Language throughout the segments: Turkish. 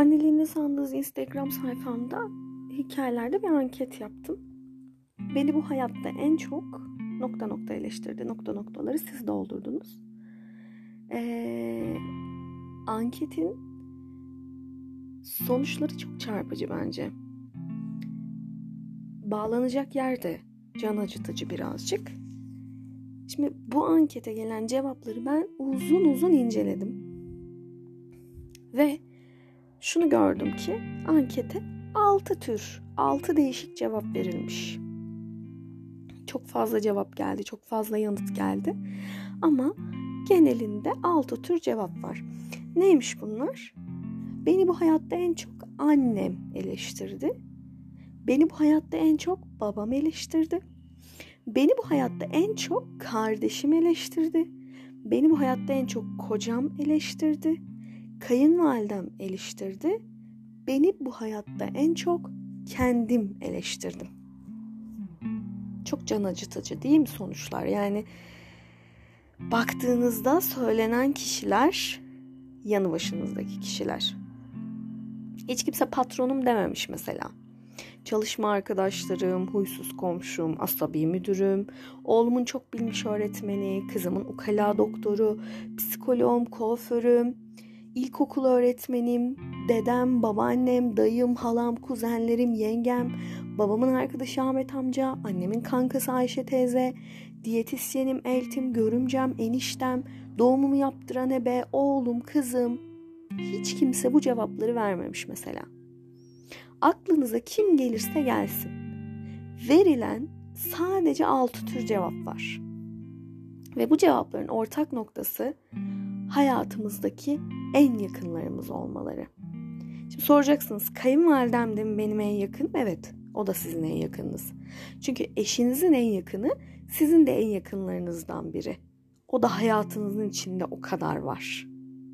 Anneliğini sandığınız Instagram sayfamda hikayelerde bir anket yaptım. Beni bu hayatta en çok ... eleştirdi. Noktaları siz doldurdunuz. Anketin sonuçları çok çarpıcı bence. Bağlanacak yer de can acıtıcı birazcık. Şimdi bu ankete gelen cevapları ben uzun inceledim. Ve şunu gördüm ki ankete 6 değişik cevap verilmiş. Çok fazla cevap geldi, çok fazla yanıt geldi. Ama genelinde 6 tür cevap var. Neymiş bunlar? Beni bu hayatta en çok annem eleştirdi. Beni bu hayatta en çok babam eleştirdi. Beni bu hayatta en çok kardeşim eleştirdi. Beni bu hayatta en çok kocam eleştirdi. Kayınvalidem eleştirdi. Beni bu hayatta en çok kendim eleştirdim. Çok can acıtıcı değil mi sonuçlar? Yani baktığınızda söylenen kişiler yanı başınızdaki kişiler. Hiç kimse patronum dememiş mesela. Çalışma arkadaşlarım, huysuz komşum, asabi müdürüm, oğlumun çok bilmiş öğretmeni, kızımın ukala doktoru, psikoloğum, kuaförüm, ilkokul öğretmenim, dedem, babaannem, dayım, halam, kuzenlerim, yengem, babamın arkadaşı Ahmet amca, annemin kankası Ayşe teyze, diyetisyenim, eltim, görümcem, eniştem, doğumumu yaptıran ebe, oğlum, kızım. Hiç kimse bu cevapları vermemiş mesela. Aklınıza kim gelirse gelsin. Verilen sadece 6 tür cevap var. Ve bu cevapların ortak noktası hayatımızdaki en yakınlarımız olmaları. Şimdi soracaksınız, kayınvalidem de mi benim en yakınım? Evet, o da sizin en yakınınız. Çünkü eşinizin en yakını sizin de en yakınlarınızdan biri. O da hayatınızın içinde o kadar var.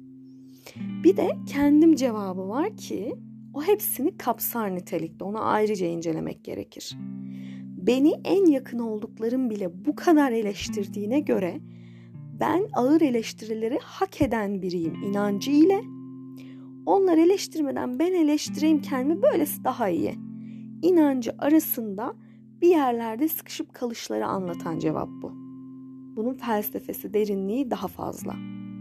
Bir de kendim cevabı var ki o hepsini kapsar nitelikte. Onu ayrıca incelemek gerekir. Beni en yakın olduklarım bile bu kadar eleştirdiğine göre ben ağır eleştirileri hak eden biriyim inancı ile onlar eleştirmeden ben eleştireyim kendimi, böylesi daha iyi İnancı arasında bir yerlerde sıkışıp kalışları anlatan cevap bu. Bunun felsefesi, derinliği daha fazla.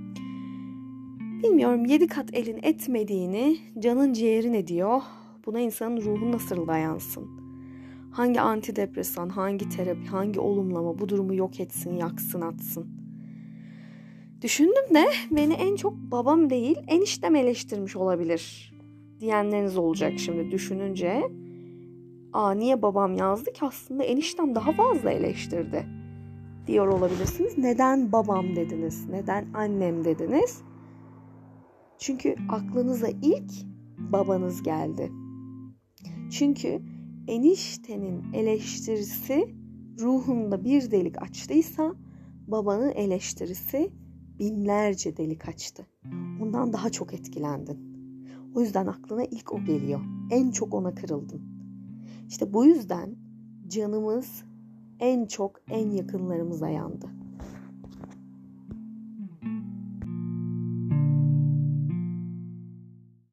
Bilmiyorum 7 kat elin etmediğini canın ciğerin ediyor. Buna insanın ruhu nasıl dayansın? Hangi antidepresan, hangi terapi, hangi olumlama bu durumu yok etsin, yaksın, atsın? Düşündüm de beni en çok babam değil eniştem eleştirmiş olabilir diyenleriniz olacak şimdi düşününce. Niye babam yazdı ki, aslında eniştem daha fazla eleştirdi diyor olabilirsiniz. Neden babam dediniz? Neden annem dediniz? Çünkü aklınıza ilk babanız geldi. Çünkü eniştenin eleştirisi ruhunda bir delik açtıysa babanın eleştirisi binlerce delik açtı. Ondan daha çok etkilendin. O yüzden aklına ilk o geliyor. En çok ona kırıldın. İşte bu yüzden canımız en çok en yakınlarımıza yandı.